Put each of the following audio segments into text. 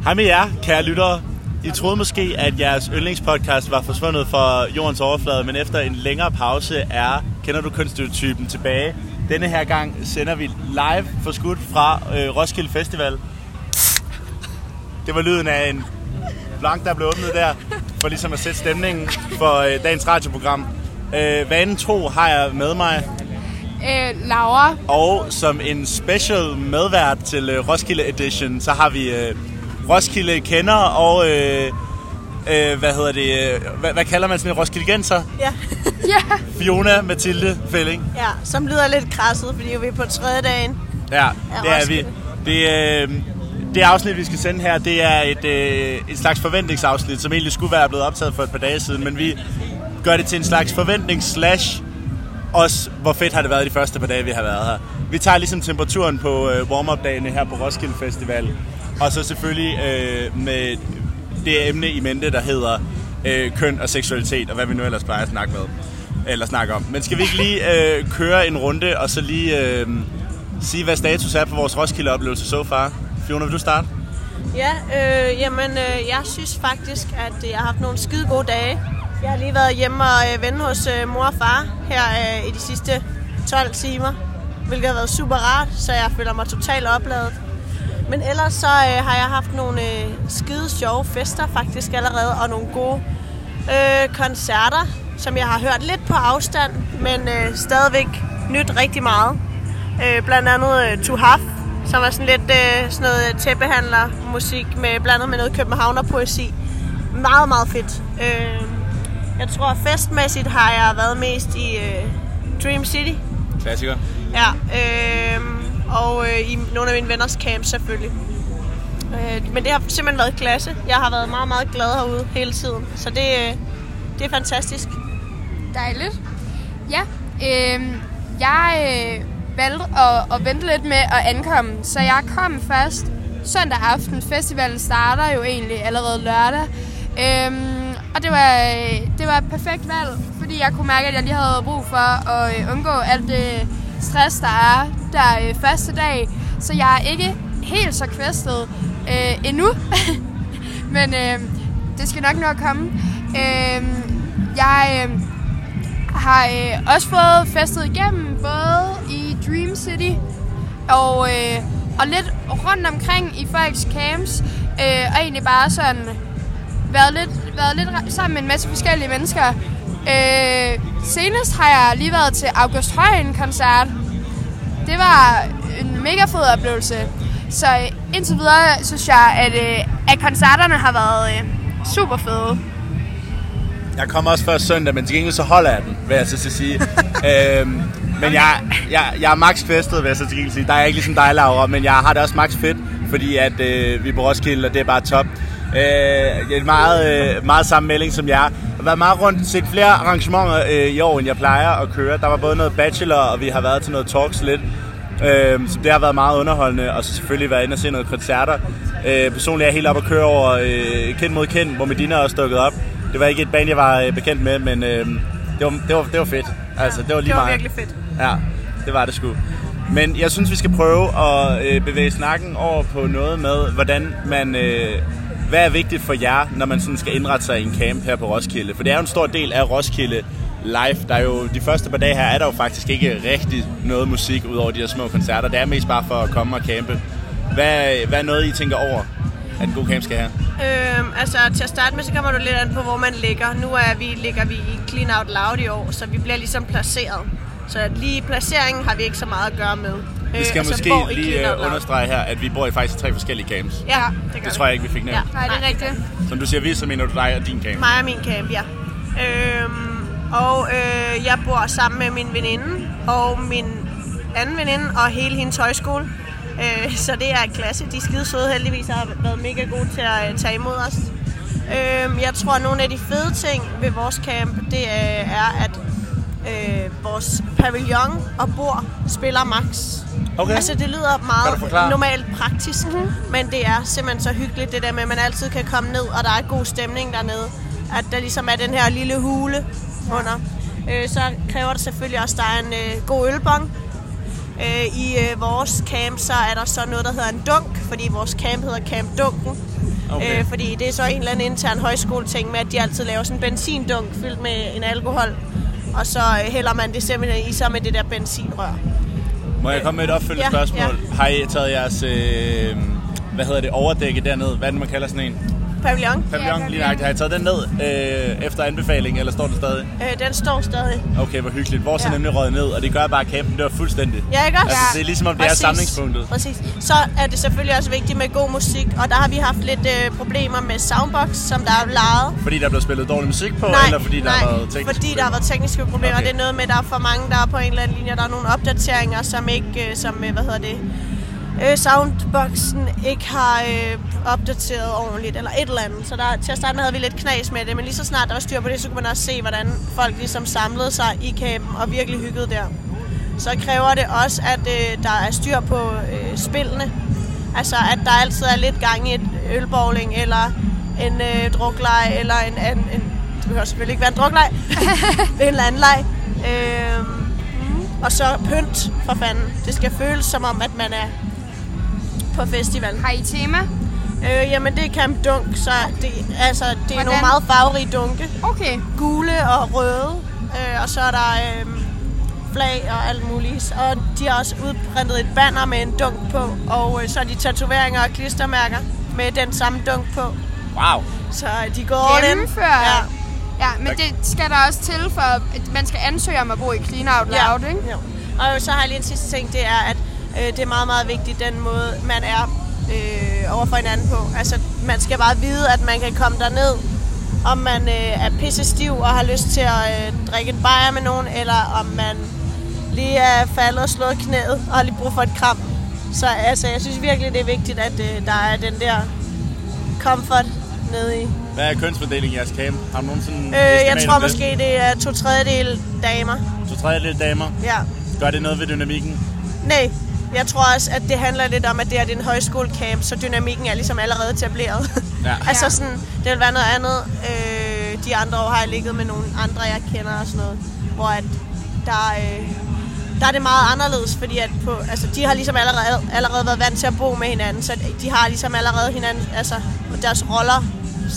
Hej med jer, kære lyttere. I troede måske, at jeres yndlingspodcast var forsvundet fra jordens overflade, men efter en længere pause Kender du kønsstereotypen tilbage. Denne her gang sender vi live forskudt fra Roskilde Festival. Det var lyden af en blank, der blev åbnet der, for ligesom at sætte stemningen for dagens radioprogram. Vanen tro har jeg med mig Laura. Og som en special medvært til Roskilde Edition, så har vi Roskilde kender og hvad kalder man sådan en roskildenser? Ja. Fiona Mathilde Felling. Ja, som lyder lidt krasset, fordi vi er på tredje dagen. Ja, det er vi. Det afsnit, vi skal sende her, det er et slags forventningsafsnit, som egentlig skulle være blevet optaget for et par dage siden, men vi gør det til en slags forventnings- også, hvor fedt har det været de første par dage, vi har været her. Vi tager ligesom temperaturen på warm-up-dagene her på Roskilde Festival, og så selvfølgelig med det emne i mente, der hedder køn og seksualitet, og hvad vi nu ellers plejer at snakke om. Men skal vi ikke lige køre en runde, og så lige sige, hvad status er på vores Roskilde-oplevelse so far? Fiona, vil du starte? Ja, jeg synes faktisk, at jeg har haft nogle skide gode dage. Jeg har lige været hjemme og vende hos mor og far her i de sidste 12 timer, hvilket har været super rart, så jeg føler mig totalt opladet. Men ellers så har jeg haft nogle skide sjove fester faktisk allerede, og nogle gode koncerter, som jeg har hørt lidt på afstand, men stadigvæk nyt rigtig meget. Blandt andet To Have, som er sådan lidt sådan noget tæppehandlermusik med blandet med noget københavnerpoesi. Meget, meget fedt. Jeg tror festmæssigt har jeg været mest i Dream City. Klassiker. Ja, og i nogle af mine venners camp selvfølgelig. Men det har simpelthen været klasse. Jeg har været meget, meget glad herude hele tiden. Så det er fantastisk. Dejligt. Ja, jeg valgte at vente lidt med at ankomme. Så jeg kom først søndag aften. Festivalen starter jo egentlig allerede lørdag. Og det var et perfekt valg, fordi jeg kunne mærke, at jeg lige havde brug for at undgå alt det stress, der er første dag. Så jeg er ikke helt så kvæstet endnu, men det skal nok nå at komme. Jeg har også fået festet igennem, både i Dream City og lidt rundt omkring i folks camps, og egentlig bare sådan været lidt sammen med en masse forskellige mennesker. Senest har jeg lige været til August Højen-koncert. Det var en mega fed oplevelse. Så indtil videre synes jeg, at koncerterne har været super fede. Jeg kommer også først søndag, men til gengæld så holder jeg den, vil jeg så sige. Men jeg er max festet, vil jeg så til gengæld sige. Der er ikke ligesom dig, Laura, men jeg har det også max fedt, fordi at vi er på Roskilde, og det er bare top. Meget samme melding som jeg. Jeg har været meget rundt, set flere arrangementer i år, end jeg plejer at køre. Der var både noget bachelor, og vi har været til noget talks lidt. Så det har været meget underholdende, og så selvfølgelig været inde og se noget koncerter. Personligt er jeg helt op at køre over Kendt mod Kendt, hvor Medina også dukket op. Det var ikke et band, jeg var bekendt med, men det var fedt. Altså, det var lige det var meget. Virkelig fedt. Ja, det var det sgu. Men jeg synes, vi skal prøve at bevæge snakken over på noget med, hvordan man... Hvad er vigtigt for jer, når man sådan skal indrette sig i en camp her på Roskilde? For det er jo en stor del af Roskilde live. Der er jo, de første par dage her er der jo faktisk ikke rigtig noget musik ud over de her små koncerter. Det er mest bare for at komme og campe. Hvad er noget, I tænker over, at en god camp skal have? Til at starte med, så kommer du lidt an på, hvor man ligger. Nu ligger vi i Clean Out Loud i år, så vi bliver ligesom placeret. Så lige placeringen har vi ikke så meget at gøre med. Vi skal måske lige understrege her, at vi bor i faktisk 3 forskellige camps. Ja, det tror jeg ikke, vi fik nævnt. Ja, nej, det er rigtigt. Som du siger, vi, så mener du dig og din camp? Mig og min camp, ja. Jeg bor sammen med min veninde og min anden veninde og hele hendes højskole. Så det er klasse. De er skide søde heldigvis har været mega gode til at tage imod os. Jeg tror, at nogle af de fede ting ved vores camp, det er, at vores pavillon og bord spiller max. Okay. Altså det lyder meget normalt praktisk, men det er simpelthen så hyggeligt det der med, at man altid kan komme ned, og der er god stemning dernede. At der ligesom er den her lille hule under. Så kræver det selvfølgelig også, at der er en god ølbong. I vores camp, så er der så noget, der hedder en dunk, fordi vores camp hedder Camp Dunken. Okay. Fordi det er så en eller anden intern højskoleting med, at de altid laver sådan en benzindunk fyldt med en alkohol. Og så hælder man det simpelthen i sig med det der benzinrør. Må jeg komme med et opfølgende spørgsmål? Ja. Har I taget jeres, overdække derned? Hvad er det, man kalder sådan en? Pavillon. Pavillon, lige nøjagtigt. Har I taget den ned efter anbefaling, eller står den stadig? Den står stadig. Okay, hvor hyggeligt. Vores er nemlig røget ned, og det gør bare, at campen dør fuldstændig. Ja, ikke også? Altså, det er ligesom om det er samlingspunktet. Præcis. Så er det selvfølgelig også vigtigt med god musik, og der har vi haft lidt problemer med soundbox, som der er lejet. Fordi der er blevet spillet dårlig musik på, eller fordi der har været tekniske problemer? Fordi der har været tekniske problemer. Okay. Det er noget med, at der er for mange, der er på en eller anden linje. Der er nogle opdateringer, som ikke, soundboxen ikke har opdateret ordentligt, eller et eller andet. Så til at starte med havde vi lidt knas med det, men lige så snart der var styr på det, så kunne man også se, hvordan folk ligesom samlede sig i campen og virkelig hyggede der. Så kræver det også, at der er styr på spillene. Altså, at der altid er lidt gang i et ølbowling, eller en drukleg, eller en det behøver selvfølgelig ikke være en drukleg, en eller anden leg. Og så pynt, for fanden. Det skal føles som om, at man er på festival. Har I tema? Jamen, det er Camp Dunk, så det er nogle meget farverige dunke. Okay. Gule og røde, og så er der flag og alt muligt. Og de har også udprintet et banner med en dunk på, og så er de tatoveringer og klistermærker med den samme dunk på. Wow. Så de går all in. Ja, men det skal der også til, for at man skal ansøge om at bo i Clean Out Loud, ikke? Ja. Og så har jeg lige en sidste ting, det er, at det er meget, meget vigtigt, den måde, man er over for hinanden på. Altså, man skal bare vide, at man kan komme derned, om man er pisse stiv og har lyst til at drikke en bajer med nogen, eller om man lige er faldet og slået knæet og har lige brug for et kram. Så altså, jeg synes virkelig, det er vigtigt, at der er den der comfort nede i. Hvad er kønsfordelingen i jeres camp? Har du nogen sådan jeg tror måske, det er 2/3 damer. 2/3 damer? Ja. Gør det noget ved dynamikken? Nej. Jeg tror også, at det handler lidt om, at det er en højskolecamp, så dynamikken er ligesom allerede etableret. Ja. Altså sådan, det vil være noget andet. De andre år har jeg ligget med nogle andre, jeg kender og sådan noget, hvor at der er det meget anderledes, fordi at de har ligesom allerede været vant til at bo med hinanden, så de har ligesom allerede hinanden, altså deres roller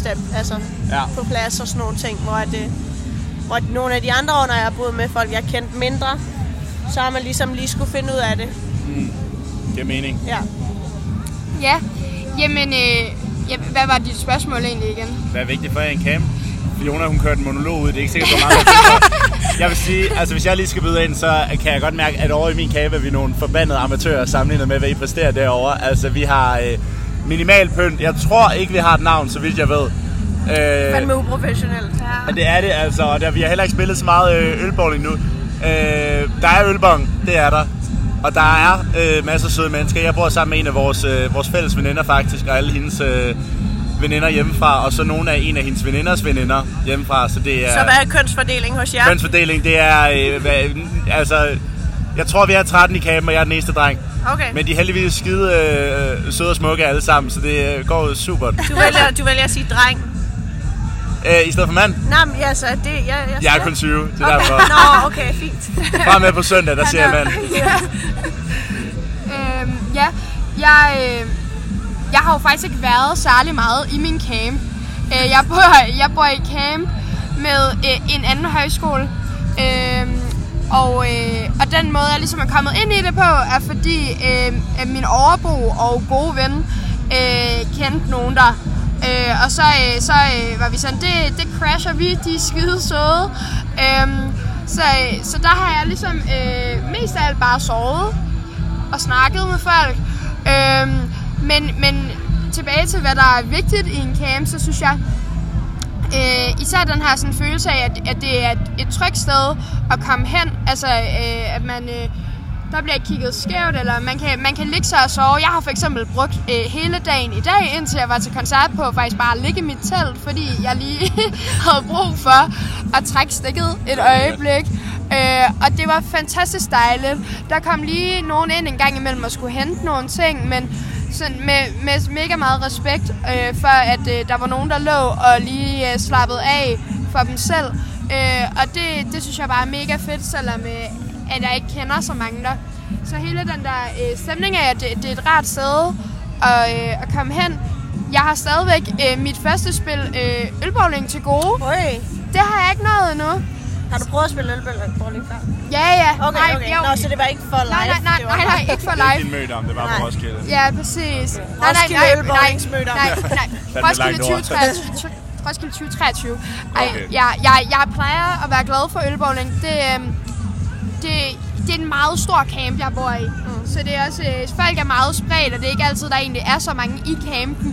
på plads og sådan nogle ting, hvor nogle af de andre år, når jeg har boet med folk, jeg har kendt mindre, så har man ligesom lige skulle finde ud af det. Det er mening. Ja. Ja, jamen, hvad var dit spørgsmål egentlig igen? Hvad er vigtigt for jer i en camp? Fiona, hun kørte en monolog ud, det er ikke sikkert, hvor meget jeg vil sige, altså hvis jeg lige skal byde ind, så kan jeg godt mærke, at over i min camp er vi nogle forbandede amatører sammenlignet med, hvad I præsterer derovre. Altså vi har minimal pynt. Jeg tror ikke, vi har et navn, så vidt jeg ved. Fandme uprofessionelt. Ja. Det er det, altså. Og vi har heller ikke spillet så meget ølbowling nu. Der er ølbong, det er der. Og der er masser af søde mennesker. Jeg bor sammen med en af vores fælles veninder faktisk, og alle hendes veninder hjemmefra, og så nogle af en af hendes veninders veninder hjemmefra. Så det er. Så hvad er kønsfordeling hos jer? Kønsfordeling, det er jeg tror vi er 13 i campen, og jeg er den eneste dreng. Okay. Men de er heldigvis skide søde og smukke alle sammen, så det går super. Du vælger at sige dreng. I stedet for mand? Nej, men altså, jeg er kun 20, det er okay. derfor. Nå, okay, fint. Bare med på søndag, der siger jeg mand. Jeg har jo faktisk ikke været særlig meget i min camp. Jeg bor i camp med en anden højskole. Og den måde, jeg ligesom er kommet ind i det på, er fordi min overbo og gode ven kendte nogen der. Og så var vi sådan, det crasher vi, de er skide søde. Så der har jeg ligesom mest af alt bare sovet og snakket med folk. Men tilbage til, hvad der er vigtigt i en camp, så synes jeg, især den her sådan følelse af, at det er et trygt sted at komme hen. Altså, at man... Der bliver kigget skævt, eller man kan ligge sig og sove. Jeg har for eksempel brugt hele dagen i dag, indtil jeg var til koncert på, faktisk bare at ligge i mit telt, fordi jeg lige havde brug for at trække stikket et øjeblik. Og det var fantastisk dejligt. Der kom lige nogen ind en gang imellem og skulle hente nogle ting, men sådan med mega meget respekt for, at der var nogen, der lå og lige slappede af for dem selv. Og det synes jeg bare er mega fedt, selvom at jeg ikke kender så mange der. Så hele den der stemning af, at det er et rart sted at komme hen, Jeg har stadigvæk mit første spil ølbowling til gode. Det har jeg ikke nået endnu. Har du prøvet at spille ølbowling før? Ja. Okay. Nå, så det var ikke for live? Nej, ikke for live. Det er din møde om, det var på Roskilde. Ja, præcis. Roskilde ølbowlingsmøde om. Nej. Roskilde 2023. Jeg plejer at være glad for ølbowling. Det er en meget stor camp, jeg bor i. Så det er også, folk er meget spredt, og det er ikke altid, der egentlig er så mange i campen.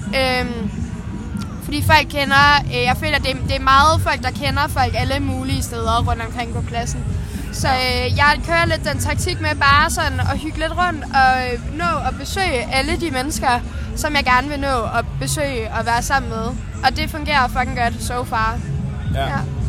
Fordi folk kender, jeg føler, det er meget folk, der kender folk alle mulige steder rundt omkring på pladsen. Så jeg kører lidt den taktik med bare sådan at hygge lidt rundt og nå at besøge alle de mennesker, som jeg gerne vil nå at besøge og være sammen med. Og det fungerer fucking godt so far. Ja.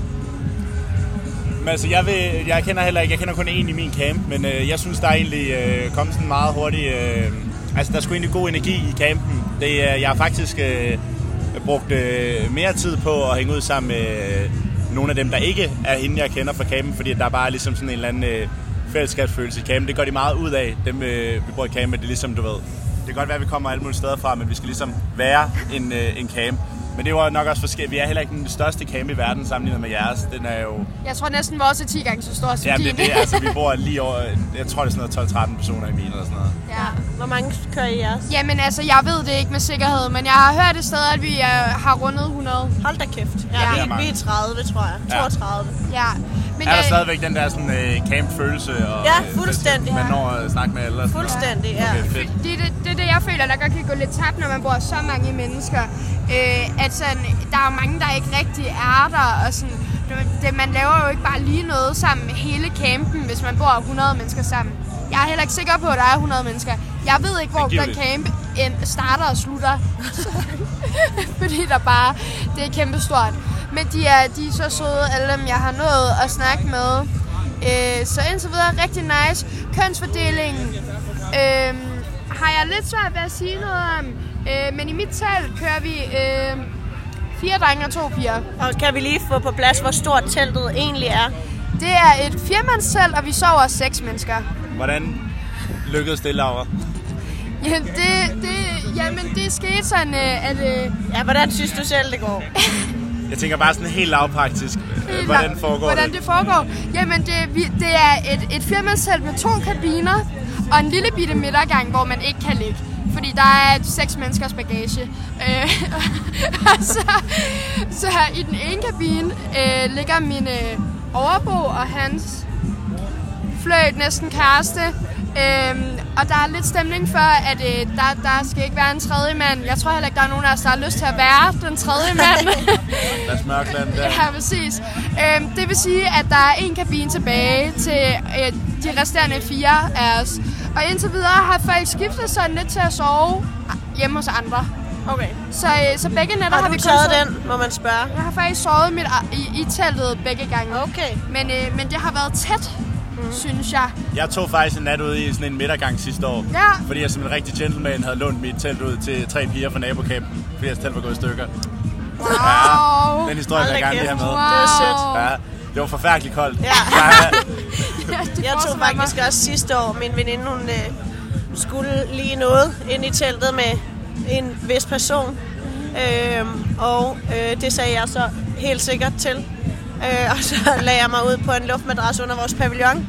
Men altså, jeg kender heller ikke, jeg kender kun én i min camp, men jeg synes, der er egentlig kommet sådan meget hurtigt, altså der er sgu egentlig god energi i campen. Jeg har faktisk brugt mere tid på at hænge ud sammen med nogle af dem, der ikke er hende, jeg kender fra campen, fordi der er bare ligesom sådan en eller anden fællesskabsfølelse i campen. Det gør de meget ud af, dem vi bor i campen, det er ligesom, du ved, det kan godt være, at vi kommer alle mulige steder fra, men vi skal ligesom være en camp. Men det var nok også forskelligt. Vi er heller ikke den største camp i verden sammenlignet med jeres. Den er jo... Jeg tror næsten vores er 10 gange så stor som din. Det er altså, vi bor lige over... Jeg tror, det er sådan noget 12-13 personer i min eller sådan noget. Ja. Hvor mange kører I jeres? Jamen altså, jeg ved det ikke med sikkerhed, men jeg har hørt et sted, at vi har rundet 100. Hold da kæft. Ja. Vi er 30, tror jeg. 32. Ja. Men er der stadigvæk den der sådan camp-følelse? Og, ja, fuldstændig. Man når at snakke med alle? Fuldstændig, ja. Okay, fedt. Det er det, jeg føler, der godt kan gå lidt tabt, når man bor så mange mennesker. At sådan, der er mange, der ikke rigtig er der, og sådan, man laver jo ikke bare lige noget sammen med hele campen, hvis man bor 100 mennesker sammen. Jeg er heller ikke sikker på, at der er 100 mennesker. Jeg ved ikke, hvor den camp starter og slutter. Fordi det er kæmpestort. Men de er så søde, alle dem, jeg har nået at snakke med. Så indtil videre rigtig nice. Kønsfordelingen har jeg lidt svært ved at sige noget om. Men i mit telt kører vi 4 drenge og 2 piger. Og kan vi lige få på plads, hvor stort teltet egentlig er? Det er et 4-mandstelt, og vi sover 6 mennesker. Hvordan lykkedes det, Laura? Jamen, det skete sådan, at... Ja, hvordan synes du selv, det går? Jeg tænker bare sådan helt lavpraktisk. Hvordan foregår det? Hvordan det foregår? Jamen, det er et 4-mandstelt med 2 kabiner og en lille bitte midtergang, hvor man ikke kan ligge. Fordi der er 6 menneskers bagage. Så i den ene kabine ligger min overbo og hans fløjt, næsten kæreste. Og der er lidt stemning for, at der skal ikke være en tredje mand. Jeg tror heller ikke, der er nogen af os, der har lyst til at være den tredje mand. Der er smørkland der. Ja, præcis. Det vil sige, at der er en kabine tilbage til de resterende 4 af os. Og indtil videre har folk skiftet sig lidt til at sove hjemme hos andre. Okay. Så begge nætter har vi kun taget den, må man spørge? Jeg har faktisk sovet i teltet begge gange. Okay. Men det har været tæt, synes jeg. Jeg tog faktisk en nat ude i sådan en midtergang sidste år. Ja. Fordi jeg som en rigtig gentleman havde lånt mit telt ud til 3 piger fra nabokampen. Fordi jeres telt var gået i stykker. Wow. Ja, den historie vil jeg gerne lige have med. Wow. Det var sødt. Ja, det var forfærdeligt koldt. Ja. Jeg tog faktisk også sidste år. Min veninde, hun skulle lige noget ind i teltet med en vis person. Det sagde jeg så helt sikkert til. Og så lagde jeg mig ud på en luftmadras under vores pavillon.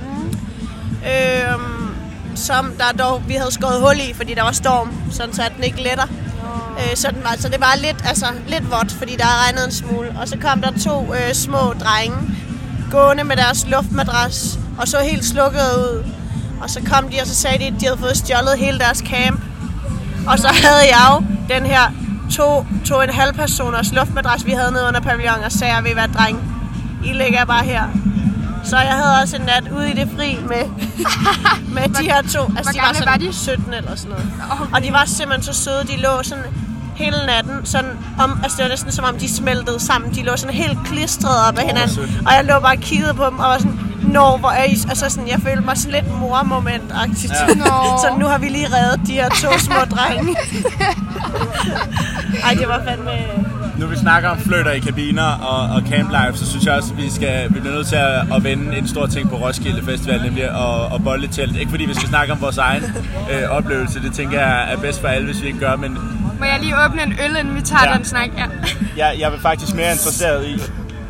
Som der dog, vi havde skåret hul i, fordi der var storm, sådan så den ikke letter. Så det var lidt vådt, fordi der regnede en smule. Og så kom der 2 små drenge gående med deres luftmadras og så helt slukket ud. Og så kom de, og så sagde de, at de havde fået stjålet hele deres camp. Og så havde jeg jo den her 2,5 personers luftmadras, vi havde nede under pavillon, og sagde, at jeg vil være dreng. I ligger bare her. Så jeg havde også en nat ude i det fri med de her 2. Altså, de var sådan 17 eller sådan noget. Okay. Og de var simpelthen så søde. De lå sådan hele natten. Sådan det var næsten som om, de smeltede sammen. De lå sådan helt klistret op af hinanden. Og jeg lå bare og kiggede på dem og var sådan, hvor er I? Altså sådan, jeg følte mig sådan lidt mor-moment-agtigt. Ja. Så nu har vi lige reddet de her 2 små drenge. Ej, det var fandme... Nu vi snakker om flytter i kabiner og camp life, så synes jeg også, at vi bliver nødt til at vende en stor ting på Roskilde Festival, nemlig at bolle telt. Ikke fordi vi skal snakke om vores egen oplevelse, det tænker jeg er bedst for alle, hvis vi ikke gør, men Må jeg lige åbne en øl, inden vi tager den snak? Ja. Jeg er faktisk mere interesseret i...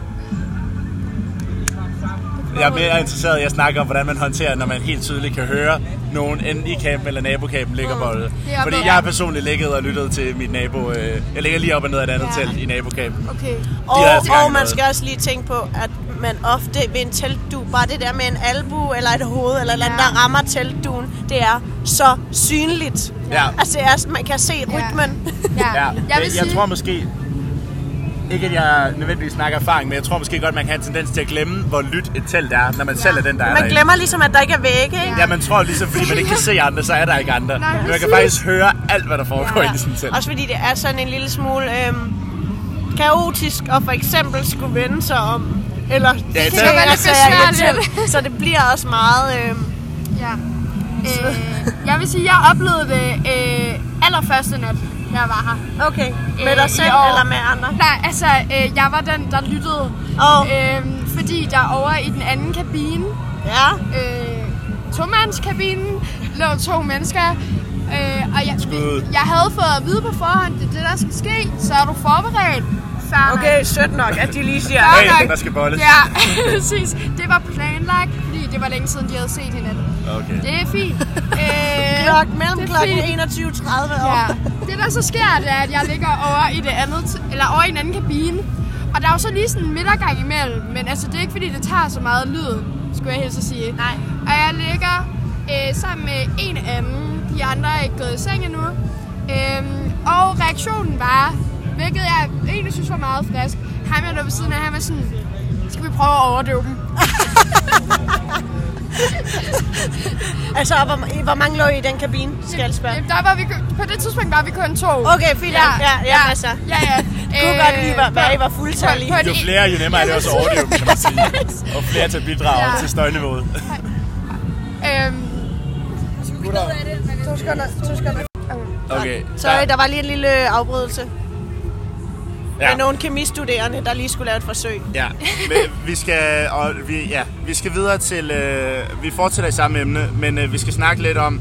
Jeg er mere interesseret i at snakke om, hvordan man håndterer, når man helt tydeligt kan høre nogen enten i campen eller nabokampen ligger bolde. Fordi jeg har personligt ligget og lyttet til mit nabo. Jeg ligger lige op og ned af et andet telt i nabokampen. Okay. Og man skal også lige tænke på, at man ofte ved en teltdue, bare det der med en albu eller et hoved eller andet, der rammer teltduen, det er så synligt. Ja. Altså man kan se rytmen. Ja. Jeg tror måske... Ikke at jeg nødvendigvis snakker erfaring, men jeg tror måske godt, man kan have en tendens til at glemme, hvor lyt et telt er, når man selv er den, der er man glemmer ligesom, at der ikke er vægge, ikke? Ja, man tror ligesom, fordi man ikke kan se andre, så er der ikke andre. Men man kan faktisk høre alt, hvad der foregår i sådan et telt. Også fordi det er sådan en lille smule kaotisk, og for eksempel skulle vende sig om. Eller det så det bliver også meget... Jeg vil sige, at jeg oplevede det allerførste nat. Jeg var her. Okay. Med dig selv eller med andre? Nej, altså, jeg var den, der lyttede. Fordi der over i den anden kabine, tomandskabinen, lå 2 mennesker. Og jeg havde fået at vide på forhånd, det der skal ske, så er du forberedt. Okay, sødt nok, at de lige siger, hey, der skal bolles. Ja, præcis. Det var planlagt, fordi det var længe siden, de havde set hinanden. Okay. Det er fint. Mellem klokken 21:30 år. Ja. Det der så sker, det er, at jeg ligger over i det andet, eller over i en anden kabine. Og der er jo så lige sådan en midtergang imellem, men altså det er ikke fordi, det tager så meget lyd, skulle jeg helst sige. Nej. Og jeg ligger sammen med en anden. De andre er ikke gået i seng endnu. Og reaktionen var, hvilket jeg egentlig synes var meget frisk. Ham jeg lå ved siden af, han var sådan, skal vi prøve at overdøve dem? Altså, hvor mange lå I den kabine, skal jeg spørge? Der var vi, på det tidspunkt var vi kun 2. Okay, fint. Ja. Kunne godt lige være, I var fuldtallige. Jo flere, jo nemmere er det også at overdøve dem, kan man sige. Og flere til at bidrage til støjniveauet. 2 sekunder. Okay. Sorry, der var lige en lille afbrydelse. Ja. Med nogle kemistuderende, der lige skulle lave et forsøg. Ja, men vi skal videre til... vi fortsætter i samme emne, men vi skal snakke lidt om,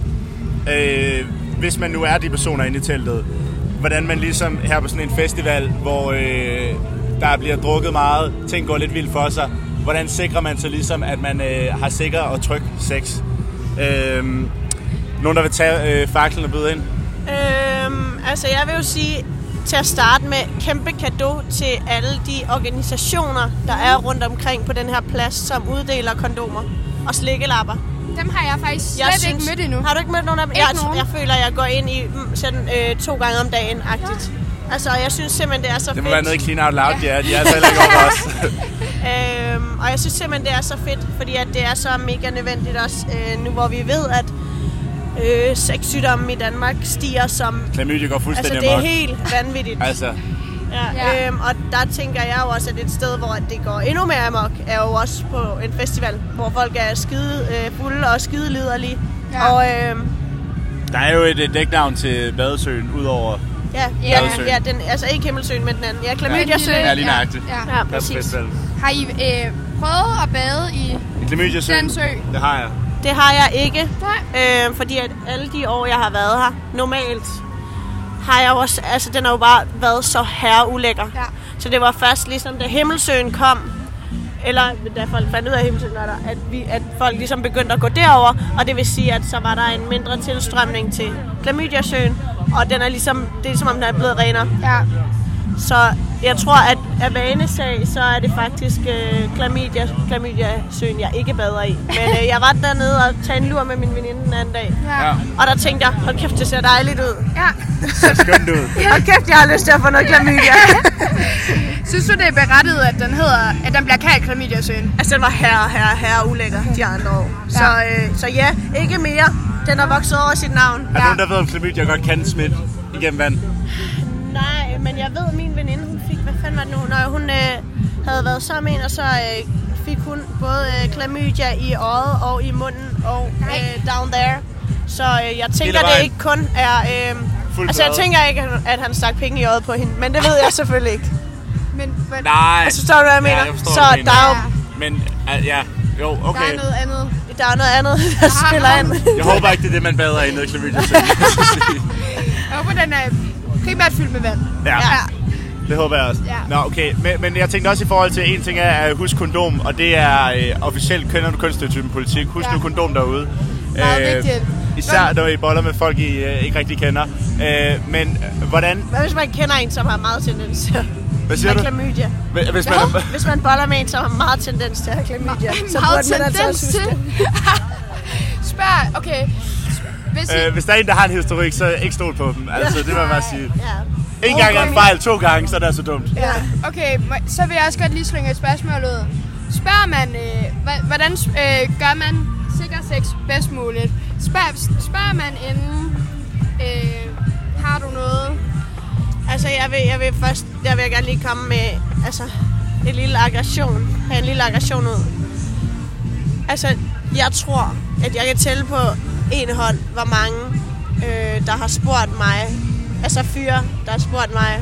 hvis man nu er de personer inde i teltet, hvordan man ligesom her på sådan en festival, hvor der bliver drukket meget, ting går lidt vildt for sig, hvordan sikrer man sig ligesom, at man har sikker og tryg sex? Nogen, der vil tage faklen og byde ind? Altså, jeg vil jo sige... til at starte med kæmpe cadeau til alle de organisationer, der er rundt omkring på den her plads, som uddeler kondomer og slikkelapper. Dem har jeg faktisk slet ikke mødt endnu. Har du ikke mødt nogen af dem? Jeg føler, at jeg går ind i sådan 2 gange om dagen-agtigt. Ja. Altså, jeg synes simpelthen, det er så fedt. Det må være noget i Clean Out Loud, de er så heller ikke over os. Og jeg synes simpelthen, det er så fedt, fordi at det er så mega nødvendigt også, nu hvor vi ved, at sexsygdommen i Danmark stiger som... Klamydia går fuldstændig amok. Altså, det er helt vanvittigt. Altså. Ja. Og der tænker jeg jo også, at et sted, hvor det går endnu mere amok, er jo også på en festival, hvor folk er skide fulde og skide liderlige. Ja. Og, der er jo et dæknavn til Badesøen, udover Badesøen. Ja, den, altså ikke Himmelsøen, men den anden. Ja, Klamydia-søen. Ja, lige nøjagtigt. Ja, præcis. Har I prøvet at bade i den sø? Det har jeg. Det har jeg ikke, fordi at alle de år, jeg har været her, normalt har jeg også, altså den har jo bare været så herreulækker. Ja. Så det var først ligesom, da Himmelsøen kom, eller da folk fandt ud af Himmelsøen, at folk ligesom begyndte at gå derover, og det vil sige, at så var der en mindre tilstrømning til Klamydia-søen, og den er ligesom, det er som om den er blevet renere. Ja. Så jeg tror, at af vanesag, så er det faktisk Klamydia-søen, jeg ikke bader i. Men jeg var dernede og tage en lur med min veninde den anden dag. Ja. Og der tænkte jeg, hold kæft, det ser dejligt ud. Ja. Det ser skønt ud. Hold kæft, jeg har lyst til at få noget klamydia. Synes du, det er berettiget, at den bliver kaldt Klamydia-søen? Altså, den var herre ulækker de andre år. Ja. Så ja, ikke mere. Den har vokset over sit navn. Er nogen, der ved, om klamydia godt kan smitte igennem vand? Nej, men jeg ved, at min veninde, hun fik, hvad fanden var det nu? Når hun havde været sammen med en, og så fik hun både klamydia i øjet og i munden og down there. Så jeg tænker, det ikke kun er... altså, jeg tænker ikke, at han stak penge i øjet på hende, men det ved jeg selvfølgelig ikke. Men nej. Altså, forstår du, hvad jeg mener? Ja, jeg forstår, så der er jo... Men jo, okay. Der er noget andet. Der er noget andet, der spiller ind. Jeg håber ikke, det er det, man bader i nede i klamydia. Jeg håber, den er Primært fyldt med vand. Ja. Det håber jeg også. Ja. Nå, okay. Men jeg tænkte også i forhold til, en ting er at huske kondom, og det er officielt kender du kønsstereotypen politik. Husk nu kondom derude. Meget vigtigt. Især når I boller med folk, I ikke rigtig kender. Men hvordan... Hvad hvis man kender en, som har meget tendens til Hvad siger du? klamydia? Hvis man boller med en, som har meget tendens til at have klamydia, så burde man altså også huske det. Spørg, okay. Hvis der er en, der har en historik, så ikke stol på dem. Altså, det må jeg bare sige. Ja. En gang er en fejl, 2 gange, så er det altså dumt. Ja. Okay, så vil jeg også godt lige slynge et spørgsmål ud. Spørger man, hvordan gør man sikker sex bedst muligt? Spørger man inden, har du noget? Altså, jeg vil gerne lige komme med en lille aggression ud. Altså, jeg tror, at jeg kan tælle på en hånd, hvor mange, der har spurgt mig, altså fyre, der har spurgt mig,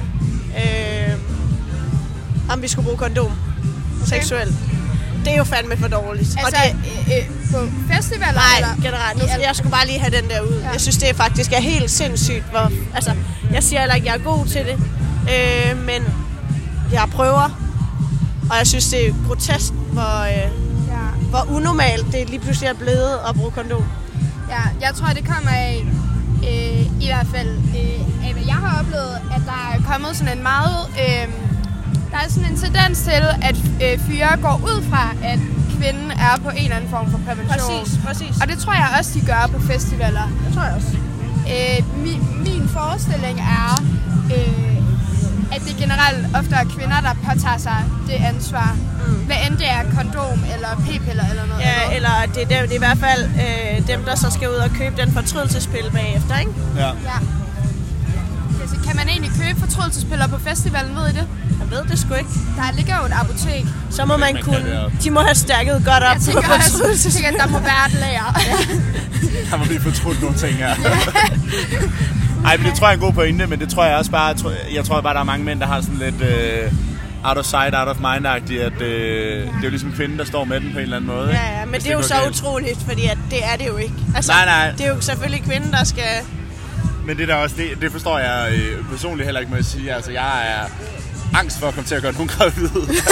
om vi skulle bruge kondom seksuelt. Det er jo fandme for dårligt. Altså, og det, på festivaler? Nej, eller? generelt. Jeg skulle bare lige have den der ud. Ja. Jeg synes, det faktisk er helt sindssygt. Jeg siger heller ikke, at jeg er god til det, men jeg prøver. Og jeg synes, det er grotesk, hvor unormalt det lige pludselig er blevet at bruge kondom. Ja, jeg tror, det kommer af, i hvert fald af, hvad jeg har oplevet, at der er kommet sådan en meget... der er sådan en tendens til, at fyre går ud fra, at kvinden er på en eller anden form for prævention. Præcis. Og det tror jeg også, de gør på festivaler. Det tror jeg også. Min forestilling er, at det generelt ofte er kvinder, der påtager sig det ansvar. Hvad end det er kondom eller p-piller eller noget. Ja, eller det er i hvert fald dem, der så skal ud og købe den fortrydelsespille bagefter, ikke? Ja. Altså, kan man egentlig købe fortrydelsespiller på festivalen, ved I det? Jeg ved det sgu ikke. Der ligger jo et apotek. Så må man de må have stærket godt op på fortrydelsespiller. Jeg tænker, der må være et lager. Der må blive fortrudt nogle ting her. Ej, men det tror jeg er en god pointe, men det tror jeg også bare, jeg tror bare, der er mange mænd, der har sådan lidt out of sight, out of mind-agtigt, at det er jo ligesom kvinden, der står med den på en eller anden måde. Ja, men det er jo så utroligt, fordi at det er det jo ikke. Altså, nej. Det er jo selvfølgelig kvinden, der skal... Men det der også, det forstår jeg personligt heller ikke, må jeg sige. Altså, jeg er angst for at komme til at gøre nogen gravid.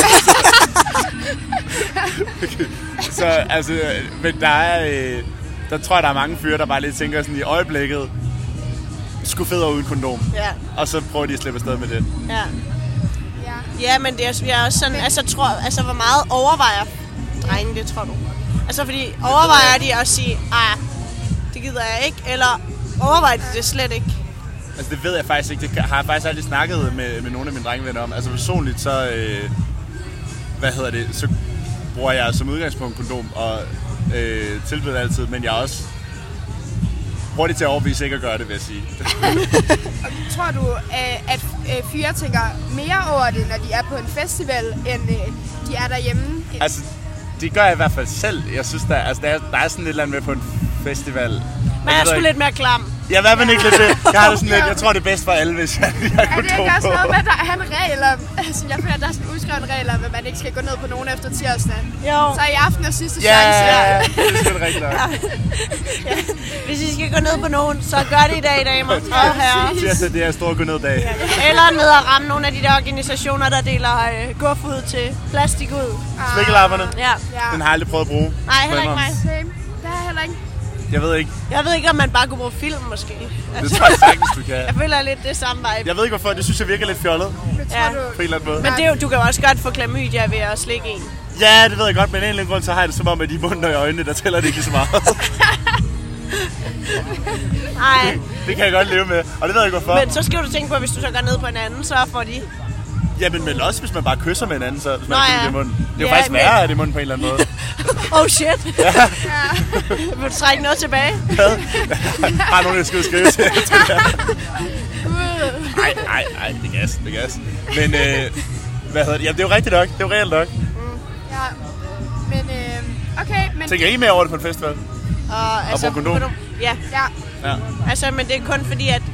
Så altså, men der tror jeg, der er mange fyre, der bare lige tænker sådan i øjeblikket, sgu federe uden kondom. Ja. Og så prøver de at slippe afsted med det. Ja, men det er også sådan, hvor meget overvejer drenge det, tror du? Altså, fordi overvejer de at sige, det gider jeg ikke, eller overvejer de det slet ikke? Altså, det ved jeg faktisk ikke. Det har jeg faktisk aldrig snakket med nogle af mine drengevenner om. Altså, personligt, så, så bruger jeg som udgangspunkt kondom, og tilbyder det altid, men jeg er også hurtigt til at overbevise ikke at gøre det, vil jeg sige. Tror du, at fyre tænker mere over det, når de er på en festival, end de er derhjemme? Altså, det gør jeg i hvert fald selv. Jeg synes, der er sådan et eller andet med på en festival. Men jeg er sgu lidt mere klam. Ja, hvad man ikke lidt det? Jeg har det sådan lidt, jeg tror det er bedst for alle, hvis jeg har kondom på. Er det ikke også noget med, at der er en regel om, altså jeg føler, at der er sådan en udskrevet regel om, at man ikke skal gå ned på nogen efter tirsdag. Jo. Så i aften er sidste chance. Ja, det er sgu rigtigt nok. Ja. Hvis I skal gå ned på nogen, så gør det i dag, damer og herrer. Tirsdag, det er stor gå ned dag. Eller ned og ramme nogle af de der organisationer, der deler gufud til plastik ud. Slikkelapperne. Ja. Den har jeg aldrig prøvet at bruge. Nej, heller ikke mig. Det har jeg heller ikke. Jeg ved ikke. Jeg ved ikke, om man bare kunne bruge film, måske. Det tror jeg sagtens, du kan. Jeg føler lidt det samme vibe. Jeg ved ikke, hvorfor. Det synes jeg virker lidt fjollet. Ja. På en eller anden måde. Men det er jo, du kan jo også godt få klamydia ved at slikke en. Ja, det ved jeg godt, men en eller anden grund, så har jeg det som om, at de munden og i øjnene, der tæller det ikke så meget. Nej. Det kan jeg godt leve med, og det ved jeg ikke, hvorfor. Men så skal du tænke på, at hvis du så går ned på en anden, så får de... Jamen, men også hvis man bare kysser med en anden, så hvis man ikke det i munden. Det er jo Ja, faktisk værre, at det i munden på en eller anden måde. Oh shit. Ja. Vil du trække noget tilbage? Hvad? Har nogen, der skal skrive til det der? Nej, det er gas. Men, hvad hedder det? Jamen, det er jo rigtigt nok. Det er jo reelt nok. Ja, men okay, men... Tænker I mere over det på en festival? Og bruge kondom? Ja. Altså, men det er kun fordi, at...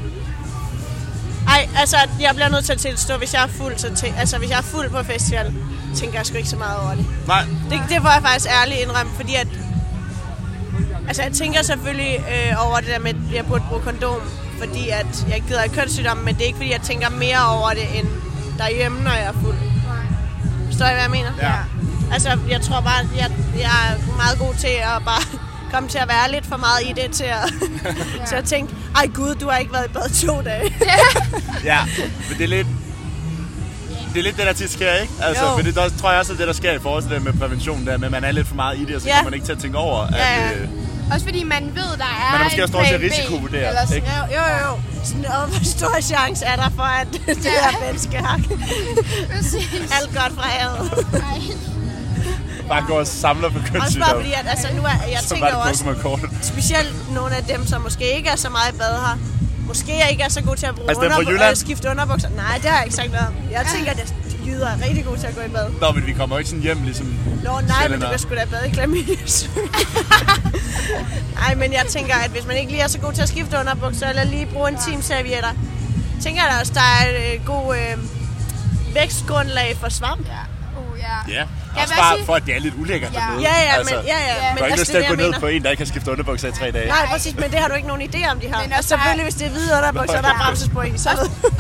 jeg bliver nødt til at tilstå, hvis jeg er fuld, hvis jeg er fuld på festival, tænker jeg sgu ikke så meget over det. Nej. Det får jeg faktisk ærligt indrømme, fordi at... Altså, jeg tænker selvfølgelig over det der med, at jeg burde bruge kondom, fordi at jeg gider af kønssygdomme, men det er ikke fordi, jeg tænker mere over det, end derhjemme, når jeg er fuld. Forstår I, hvad jeg mener? Ja. Altså, jeg tror bare, jeg er meget god til at bare komme til at være lidt for meget i det, til at tænke, ej gud, du har ikke været i bad 2 dage. Ja, men det er lidt det, der tit sker, ikke? Altså, men det tror jeg også er det, der sker i forhold til det med prævention, der med, at man er lidt for meget i det, og så kommer man ikke til at tænke over, at... Også fordi man ved, der er man er måske også dårlig til at risikovurdere, ikke? Jo. Sådan, hvor stor chance er der for, at det her menneske har alt godt fra havet. Bare går og samler på kønssygdom. Også bare fordi, at altså, nu jeg tænker også, specielt nogle af dem, som måske ikke er så meget i bad her, måske jeg ikke er så god til at bruge skifte underbukser. Nej, det har jeg ikke sagt noget om. Jeg tænker, at jyder er rigtig gode til at gå i bad. Nå, men vi kommer jo ikke sådan hjem, ligesom... Nej, men du kan sgu da bade i klamydias. Nej, men jeg tænker, at hvis man ikke lige er så god til at skifte underbukser, eller lige bruge intimservietter, tænker jeg da også, der er et god vækstgrundlag for svamp. Ja, også bare for, at det er lidt ulækkert dernede. Ja. Du har ikke lyst til at gå ned på en, der ikke kan skifte underbukser i 3 dage. Nej, præcis, men det har du ikke nogen idé om, de har. Men også selvfølgelig, hvis det er hvide underbukser, der er bremsespor i, så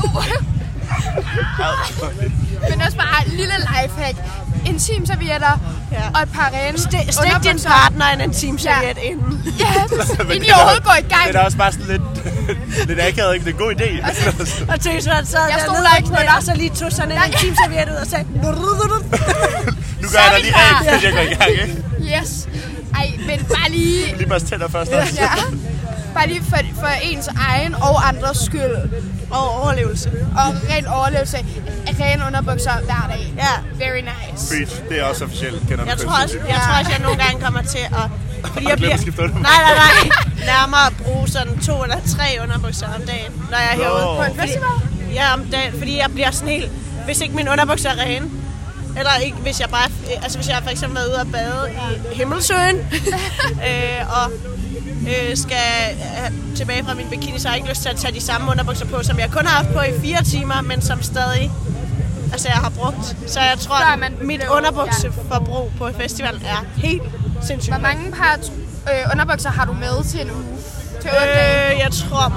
Men også bare lille lifehack. Intimservietter og et par rene Stik din partner en intimserviet inden. Ja, inden I overhovedet går i gang. Det er også bare sådan lidt akavet, ikke? Det er en god idé. Og tænk så, at så og så lige tog sådan en intimserviet ud og sagde... Nu gør jeg dig lige rent, hvis jeg går i gang, ikke? Yes. Ej, men bare lige... Lige bare tænder først også. Ja. Bare lige for ens egen og andres skyld. Og overlevelse. Og ren overlevelse. Ren underbukser hver dag. Ja. Very nice. Preach. Det er også officielt. Jeg tror også, jeg nogle gange kommer til at... Fordi jeg bliver... Nej. Nærmere at bruge sådan 2 eller 3 underbukser om dagen, når jeg er herude. På en festival? Ja, om dagen. Fordi jeg bliver sådan helt... Hvis ikke mine underbukser er rene, eller ikke, hvis jeg bare... Altså, hvis jeg for eksempel er ude og bade i Himmelsøen, og skal tilbage fra min bikini, så har jeg ikke lyst til at tage de samme underbukser på, som jeg kun har haft på i 4 timer, men som stadig... Altså, jeg har brugt. Så jeg tror, at mit underbukseforbrug på festivalen er helt sindssygt. Hvor mange par underbukser har du med til en uge? Til jeg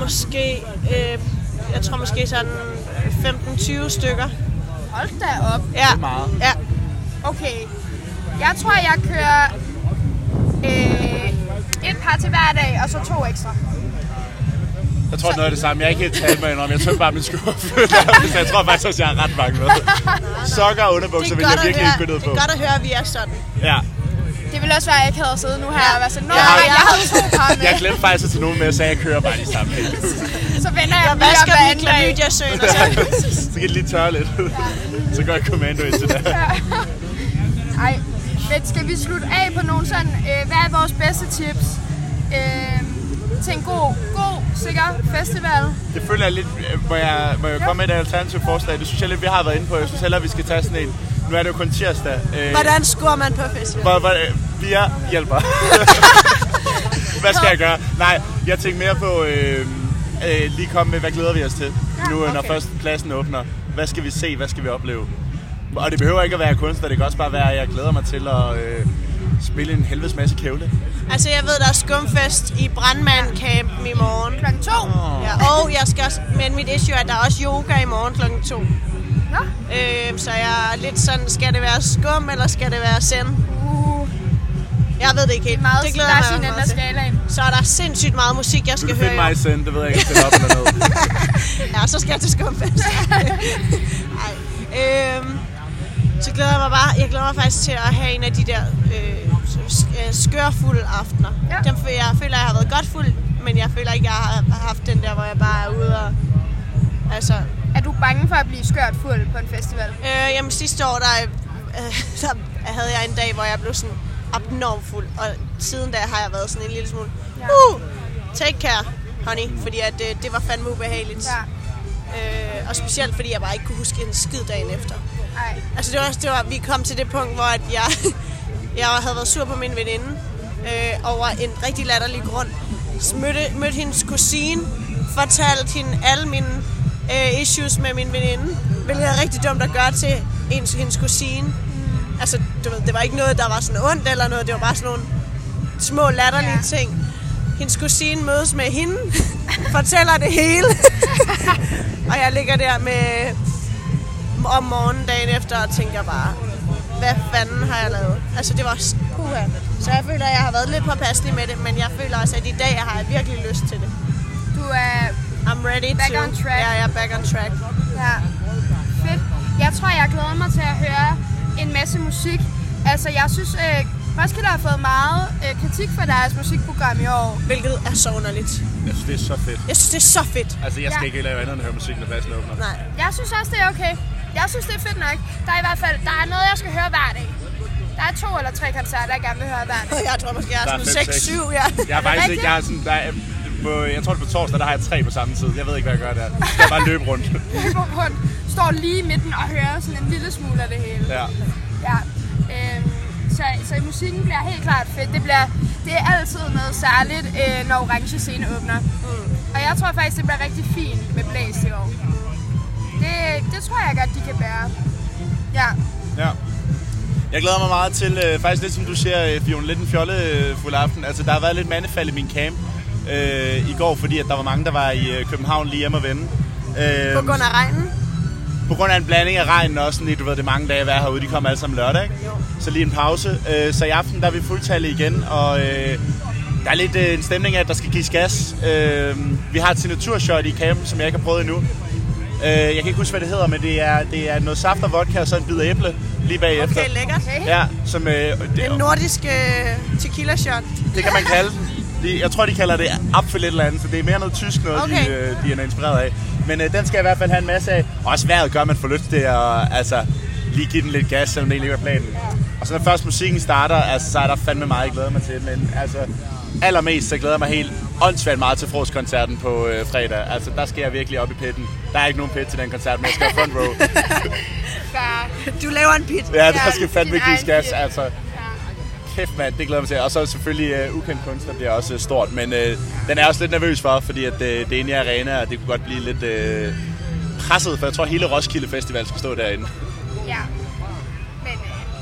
tror måske sådan 15-20 stykker. Hold da op. Ja. Det er meget. Ja. Okay. Jeg tror, jeg kører et par til hver dag, og så 2 ekstra. Jeg tror, noget af det samme. Jeg er ikke helt talt med om. Jeg tømmer bare min skuffe. Så jeg tror faktisk også, jeg har ret mange med. Sokker og underbukser vil jeg virkelig ikke gå ned på. Det er godt at høre, at vi er sådan. Ja. Det ville også være, at jeg ikke havde siddet nu her og været sådan, jeg havde 2 par med. Jeg glemte faktisk at til nogen med at sige, at jeg kører bare de samme. Så vender jeg lige op hver anden dag. Så kan det lige tørre lidt. Så går jeg kommando ind til det. Ej, men skal vi slutte af på nogle sådan, hvad er vores bedste tips til en god, sikker festival? Det føler jeg lidt, må jeg komme med et alternativt forslag. Det synes jeg lidt, vi har været inde på. Jeg synes heller, vi skal tage sådan en. Nu er det jo kun tirsdag. Hvordan scorer man på festival? Pia hjælper. Hvad skal jeg gøre? Nej, jeg tænker mere på lige komme med, hvad glæder vi os til? Nu når først pladsen åbner. Hvad skal vi se? Hvad skal vi opleve? Og det behøver ikke at være kunstner. Det kan også bare være, at jeg glæder mig til at spille en helvedes masse kævle. Altså jeg ved, der er skumfest i Brandmand-campen i morgen. Klokken 2? Ja, og jeg skal også, men mit issue er, at der er også yoga i morgen klokken 2. Så jeg er lidt sådan, skal det være skum, eller skal det være send? Jeg ved det ikke helt. Det glæder jeg mig til. Så er der sindssygt meget musik, jeg skal høre. Du finder mig send, det ved jeg ikke, om det op eller noget. Ja, så skal jeg til skumfest. Så glæder jeg mig bare. Jeg glæder mig faktisk til at have en af de der skørfulde aftener. Ja. Jeg føler, jeg har været godt fuld, men jeg føler ikke, jeg har haft den der, hvor jeg bare er ude og... Altså... Er du bange for at blive skørt fuld på en festival? Jamen sidste år, der havde jeg en dag, hvor jeg blev sådan abnormt fuld. Og siden da har jeg været sådan en lille smule... Take care, honey. Fordi at, det var fandme ubehageligt. Ja. Og specielt fordi jeg bare ikke kunne huske en skid dagen efter. Ej. Altså det var, vi kom til det punkt, hvor at jeg havde været sur på min veninde over en rigtig latterlig grund. Mødte hendes kusine, fortalte hende alle mine issues med min veninde, hvilket er rigtig dumt at gøre til hendes kusine. Altså du ved, det var ikke noget, der var sådan ondt eller noget, det var bare sådan nogle små latterlige ting. hendes kusine mødes med hende, fortæller det hele. Og jeg ligger der med om morgenen dagen efter og tænker bare, hvad fanden har jeg lavet? Altså det var puha. Så jeg føler, at jeg har været lidt påpasselig med det, men jeg føler også, at i dag har jeg virkelig lyst til det. Du er I'm ready back to. on track. Ja, jeg er back on track. Ja, fedt. Jeg tror, jeg glæder mig til at høre en masse musik. Altså, jeg synes, Roskilde har fået meget kritik for deres musikprogram i år. Hvilket er så underligt. Jeg synes, det er så fedt. Jeg synes, det er så fedt. Altså, jeg skal ikke lave andet end at høre musik, når pladsen åbner. Nej. Jeg synes også, det er okay. Jeg synes, det er fedt nok. Der er i hvert fald noget, jeg skal høre hver dag. Der er 2 eller 3 koncerter, jeg gerne vil høre hver dag. Jeg tror måske, jeg har sådan 6-7, ja. Jeg har faktisk ikke, jeg tror det på torsdag, der har jeg 3 på samme tid. Jeg ved ikke, hvad jeg gør der. Jeg skal bare løbe rundt. Løbe rundt. Står lige i midten og hører sådan en lille smule af det hele. Ja. Ja. Så musikken bliver helt klart fedt. Det er altid noget særligt, når Orange Scene åbner. Og jeg tror faktisk, det bliver rigtig fint med Blæs i år. Det tror jeg godt, de kan bære. Ja. Ja. Jeg glæder mig meget til, faktisk lidt som du siger, Fiona, lidt en fjollefuld aften. Altså, der har været lidt mandefald i min camp i går, fordi at der var mange, der var i København lige hjemme og vende. På grund af regnen? På grund af en blanding af regnen også, sådan, du ved, det er mange dage at være herude, de kommer alle sammen lørdag, ikke? Jo. Så lige en pause. Så i aften, der er vi fuldtallige igen, og der er lidt en stemning af, at der skal gives gas. Vi har et signaturshot i campen, som jeg ikke har prøvet endnu. Jeg kan ikke huske, hvad det hedder, men det er noget saft og vodka og så en bid æble lige bagefter. Okay, lækkert. Ja, som, Den nordiske tequila shot. Det kan man kalde den. Jeg tror, de kalder det Apfel et eller andet, så det er mere noget tysk noget, okay. de er inspireret af. Men den skal jeg i hvert fald have en masse af. Også vejret gør, at man får lyst til at lige give den lidt gas, selvom det ikke er planen. Ja. Og så når først musikken starter, så er der fandme meget, jeg glæder mig til. Men allermest, så glæder jeg mig helt åndssvagt meget til frostkoncerten på fredag. Altså, der skal jeg virkelig op i pitten. Der er ikke nogen pit til den koncert, men jeg skal have front row. Du laver en pit. Ja, der skal fandme gives gas, altså. Kæft mand, det glæder mig til. Og så selvfølgelig ukendt kunstner bliver også stort, men den er også lidt nervøs for, fordi at det er inde i arena, og det kunne godt blive lidt presset, for jeg tror hele Roskilde Festival skal stå derinde. Ja. Men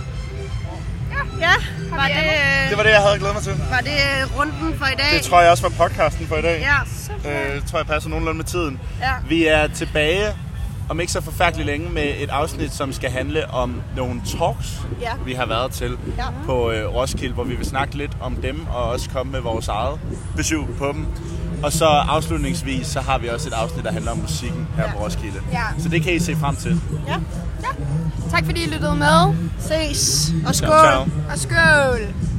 ja, det var det, jeg havde glædet mig til. Var det runden for i dag? Det tror jeg også var podcasten for i dag. Ja, så tror jeg passer nogenlunde med tiden. Ja. Vi er tilbage om ikke så forfærdeligt længe med et afsnit, som skal handle om nogle talks, vi har været til på Roskilde, hvor vi vil snakke lidt om dem og også komme med vores eget besøg på dem. Og så afslutningsvis, så har vi også et afsnit, der handler om musikken her på Roskilde. Ja. Så det kan I se frem til. Ja. Tak fordi I lyttede med. Ses. Og skål. Ciao. Og skål.